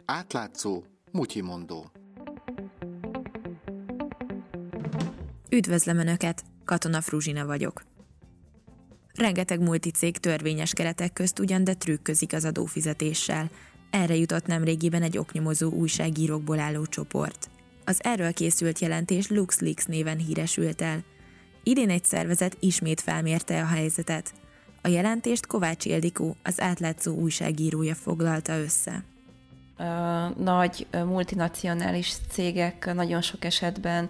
Átlátszó, mutyimondó. Üdvözlöm Önöket, Katona Fruzsina vagyok. Rengeteg multicég törvényes keretek közt ugyan, de trükközik az adófizetéssel. Erre jutott nemrégiben egy oknyomozó újságírókból álló csoport. Az erről készült jelentés LuxLeaks néven híresült el. Idén egy szervezet ismét felmérte a helyzetet. A jelentést Kovács Ildikó, az Átlátszó újságírója foglalta össze. Nagy multinacionális cégek nagyon sok esetben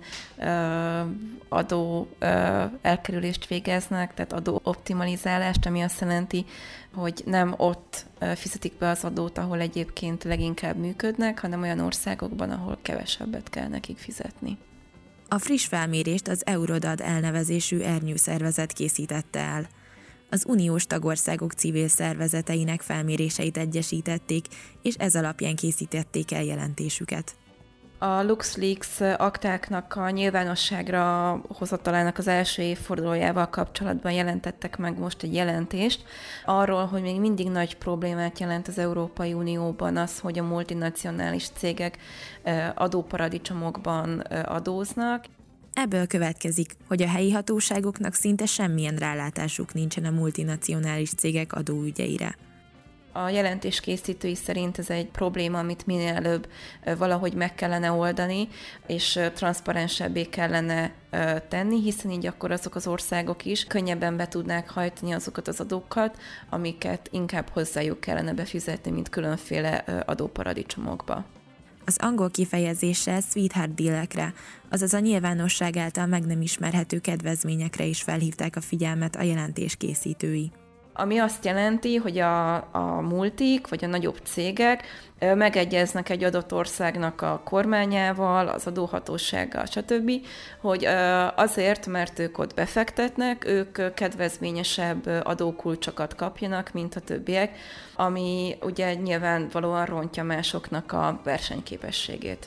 adó elkerülést végeznek, tehát adó optimalizálást, ami azt jelenti, hogy nem ott fizetik be az adót, ahol egyébként leginkább működnek, hanem olyan országokban, ahol kevesebbet kell nekik fizetni. A friss felmérést az Eurodad elnevezésű ernyőszervezet készítette el. Az uniós tagországok civil szervezeteinek felméréseit egyesítették, és ez alapján készítették el jelentésüket. A LuxLeaks aktáknak a nyilvánosságra hozatalának az első évfordulójával kapcsolatban jelentettek meg most egy jelentést arról, hogy még mindig nagy problémát jelent az Európai Unióban az, hogy a multinacionális cégek adóparadicsomokban adóznak. Ebből következik, hogy a helyi hatóságoknak szinte semmilyen rálátásuk nincsen a multinacionális cégek adóügyeire. A jelentés készítői szerint ez egy probléma, amit minél előbb valahogy meg kellene oldani, és transzparensebbé kellene tenni, hiszen így akkor azok az országok is könnyebben be tudnák hajtani azokat az adókat, amiket inkább hozzájuk kellene befizetni, mint különféle adóparadicsomokba. Az angol kifejezéssel sweetheart dealekre, azaz a nyilvánosság által meg nem ismerhető kedvezményekre is felhívták a figyelmet a jelentés készítői. Ami azt jelenti, hogy a multik vagy a nagyobb cégek megegyeznek egy adott országnak a kormányával, az adóhatósággal, stb., hogy azért, mert ők ott befektetnek, ők kedvezményesebb adókulcsokat kapjanak, mint a többiek, ami ugye nyilvánvalóan rontja másoknak a versenyképességét.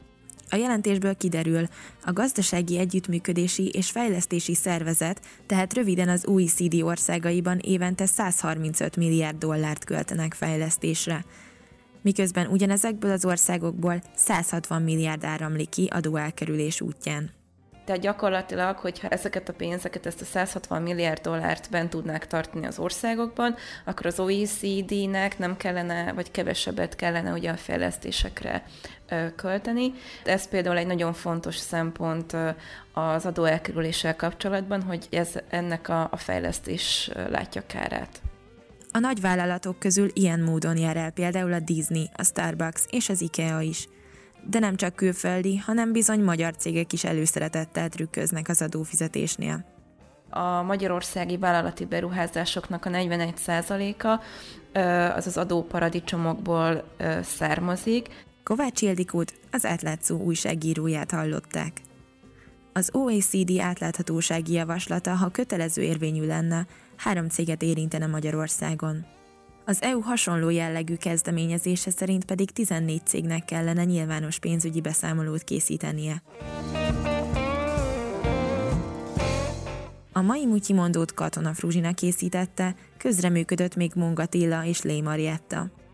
A jelentésből kiderül, a Gazdasági Együttműködési és Fejlesztési Szervezet, tehát röviden az OECD országaiban évente 135 milliárd dollárt költenek fejlesztésre, miközben ugyanezekből az országokból 160 milliárd áramlik ki adóelkerülés útján. Tehát gyakorlatilag, hogyha ezeket a pénzeket, ezt a 160 milliárd dollárt bent tudnák tartani az országokban, akkor az OECD-nek nem kellene, vagy kevesebbet kellene ugye a fejlesztésekre költeni. Ez például egy nagyon fontos szempont az adóelkerüléssel kapcsolatban, hogy ennek a fejlesztés látja kárát. A nagyvállalatok közül ilyen módon jár el például a Disney, a Starbucks és az IKEA is. De nem csak külföldi, hanem bizony magyar cégek is előszeretettel trükköznek az adófizetésnél. A magyarországi vállalati beruházásoknak a 41%-a az az adóparadicsomokból származik. Kovács Ildikót, az Átlátszó újságíróját hallották. Az OECD átláthatósági javaslata, ha kötelező érvényű lenne, 3 céget érintene Magyarországon. Az EU hasonló jellegű kezdeményezése szerint pedig 14 cégnek kellene nyilvános pénzügyi beszámolót készítenie. A mai mutyimondót Katona Fruzsina készítette, közreműködött még Mung Attila és Lé Marietta.